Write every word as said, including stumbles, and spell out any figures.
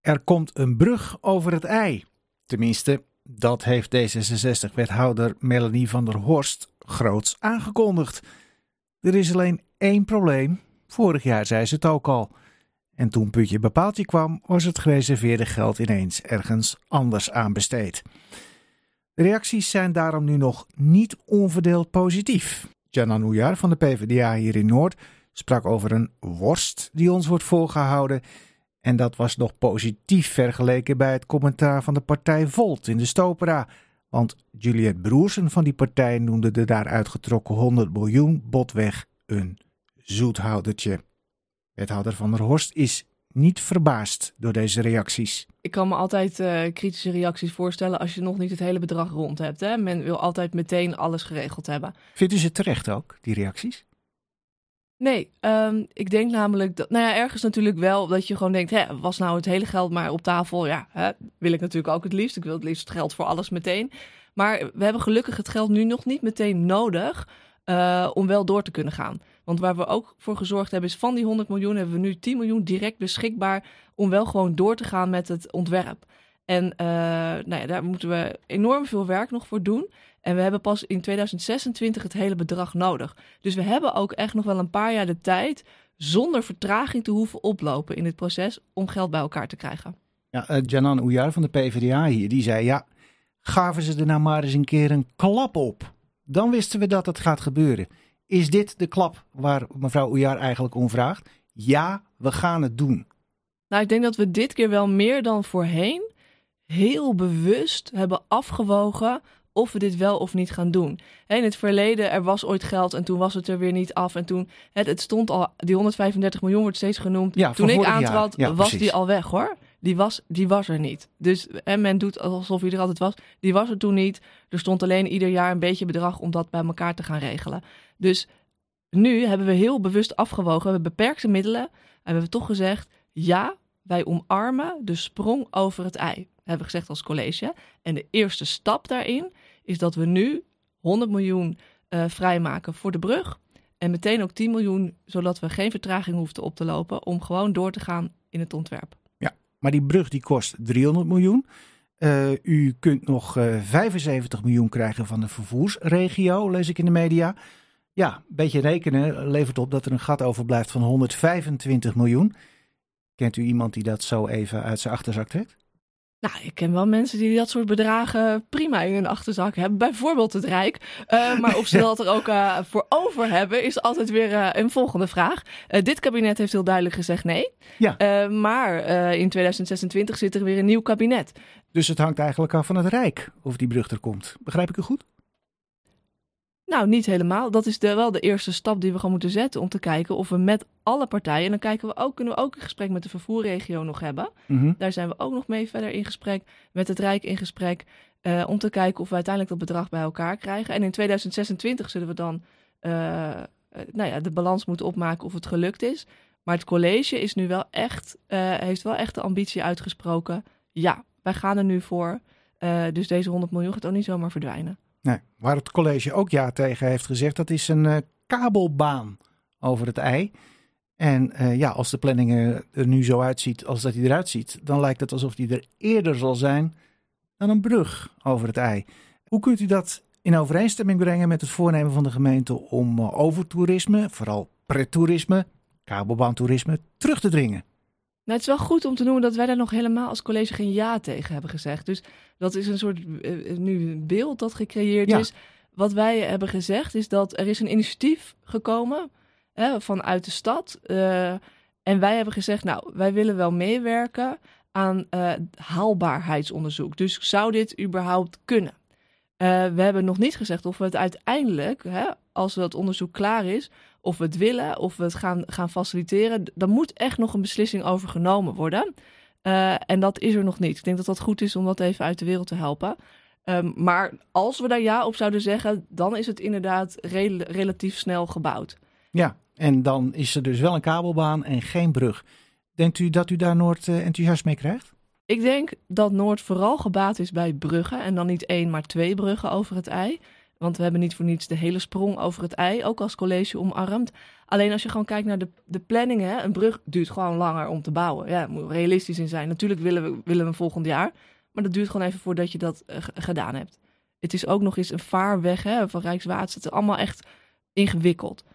Er komt een brug over het IJ. Tenminste, dat heeft D zesenzestig-wethouder Melanie van der Horst groots aangekondigd. Er is alleen één probleem. Vorig jaar zei ze het ook al. En toen Putje Bepaaltje kwam, was het gereserveerde geld ineens ergens anders aanbesteed. De reacties zijn daarom nu nog niet onverdeeld positief. Djanan Oujar van de PvdA hier in Noord sprak over een worst die ons wordt voorgehouden. En dat was nog positief vergeleken bij het commentaar van de partij Volt in de Stopera. Want Juliette Broersen van die partij noemde de daar uitgetrokken honderd miljoen botweg een zoethoudertje. Wethouder Van der Horst is niet verbaasd door deze reacties. Ik kan me altijd uh, kritische reacties voorstellen als je nog niet het hele bedrag rond hebt. Hè? Men wil altijd meteen alles geregeld hebben. Vindt u ze terecht ook, die reacties? Nee, um, ik denk namelijk, dat, nou ja, ergens natuurlijk wel dat je gewoon denkt, hè, was nou het hele geld maar op tafel? Ja, hè, wil ik natuurlijk ook het liefst. Ik wil het liefst geld voor alles meteen. Maar we hebben gelukkig het geld nu nog niet meteen nodig uh, om wel door te kunnen gaan. Want waar we ook voor gezorgd hebben is van die honderd miljoen hebben we nu tien miljoen direct beschikbaar om wel gewoon door te gaan met het ontwerp. En uh, nou ja, daar moeten we enorm veel werk nog voor doen. En we hebben pas in tweeduizend zesentwintig het hele bedrag nodig. Dus we hebben ook echt nog wel een paar jaar de tijd zonder vertraging te hoeven oplopen in het proces om geld bij elkaar te krijgen. Ja, uh, Djanan Oujar van de PvdA hier, die zei ja, gaven ze er nou maar eens een keer een klap op. Dan wisten we dat het gaat gebeuren. Is dit de klap waar mevrouw Oujar eigenlijk om vraagt? Ja, we gaan het doen. Nou, ik denk dat we dit keer wel meer dan voorheen heel bewust hebben afgewogen of we dit wel of niet gaan doen. In het verleden, er was ooit geld en toen was het er weer niet af. En toen, het, het stond al, die honderdvijfendertig miljoen wordt steeds genoemd. Ja, toen ik aantrad, ja, was precies. die al weg hoor. Die was, die was er niet. Dus en men doet alsof hij er altijd was. Die was er toen niet. Er stond alleen ieder jaar een beetje bedrag om dat bij elkaar te gaan regelen. Dus nu hebben we heel bewust afgewogen. We hebben beperkte middelen. En we hebben toch gezegd, ja, wij omarmen de sprong over het IJ. Hebben we gezegd als college. En de eerste stap daarin is dat we nu honderd miljoen uh, vrijmaken voor de brug. En meteen ook tien miljoen, zodat we geen vertraging hoeven op te lopen om gewoon door te gaan in het ontwerp. Ja, maar die brug die kost driehonderd miljoen. Uh, u kunt nog uh, vijfenzeventig miljoen krijgen van de vervoersregio, lees ik in de media. Ja, een beetje rekenen levert op dat er een gat overblijft van honderdvijfentwintig miljoen. Kent u iemand die dat zo even uit zijn achterzak trekt? Nou, ik ken wel mensen die dat soort bedragen prima in hun achterzak hebben. Bijvoorbeeld het Rijk. Uh, maar of ze dat er ook uh, voor over hebben, is altijd weer uh, een volgende vraag. Uh, dit kabinet heeft heel duidelijk gezegd nee. Ja. Uh, maar uh, in tweeduizend zesentwintig zit er weer een nieuw kabinet. Dus het hangt eigenlijk af van het Rijk of die brug er komt. Begrijp ik u goed? Nou, niet helemaal. Dat is de, wel de eerste stap die we gewoon moeten zetten om te kijken of we met alle partijen, en dan kijken we ook, kunnen we ook een gesprek met de vervoerregio nog hebben. Mm-hmm. Daar zijn we ook nog mee verder in gesprek, met het Rijk in gesprek, uh, om te kijken of we uiteindelijk dat bedrag bij elkaar krijgen. En in tweeduizend zesentwintig zullen we dan uh, uh, nou ja, de balans moeten opmaken of het gelukt is. Maar het college is nu wel echt, uh, heeft wel echt de ambitie uitgesproken. Ja, wij gaan er nu voor. Uh, dus deze honderd miljoen gaat ook niet zomaar verdwijnen. Nee, waar het college ook ja tegen heeft gezegd, dat is een uh, kabelbaan over het IJ. En uh, ja, als de planning er nu zo uitziet als dat hij eruit ziet, dan lijkt het alsof die er eerder zal zijn dan een brug over het IJ. Hoe kunt u dat in overeenstemming brengen met het voornemen van de gemeente om uh, overtoerisme, vooral prettoerisme, kabelbaantoerisme, terug te dringen? Nou, het is wel goed om te noemen dat wij daar nog helemaal als college geen ja tegen hebben gezegd. Dus dat is een soort uh, nu een beeld dat gecreëerd ja. is. Wat wij hebben gezegd is dat er is een initiatief gekomen hè, vanuit de stad. Uh, en wij hebben gezegd, nou, wij willen wel meewerken aan uh, haalbaarheidsonderzoek. Dus zou dit überhaupt kunnen? Uh, we hebben nog niet gezegd of we het uiteindelijk, hè, als dat onderzoek klaar is, of we het willen, of we het gaan, gaan faciliteren. Dan moet echt nog een beslissing over genomen worden. Uh, en dat is er nog niet. Ik denk dat dat goed is om dat even uit de wereld te helpen. Um, maar als we daar ja op zouden zeggen, dan is het inderdaad re- relatief snel gebouwd. Ja, en dan is er dus wel een kabelbaan en geen brug. Denkt u dat u daar Noord uh, enthousiast mee krijgt? Ik denk dat Noord vooral gebaat is bij bruggen. En dan niet één, maar twee bruggen over het IJ. Want we hebben niet voor niets de hele sprong over het ei ook als college omarmd. Alleen als je gewoon kijkt naar de, de planning, hè, een brug duurt gewoon langer om te bouwen. Ja, daar moet realistisch in zijn. Natuurlijk willen we, willen we volgend jaar, maar dat duurt gewoon even voordat je dat uh, g- gedaan hebt. Het is ook nog eens een vaarweg hè, van Rijkswaterstaat. Het is allemaal echt ingewikkeld.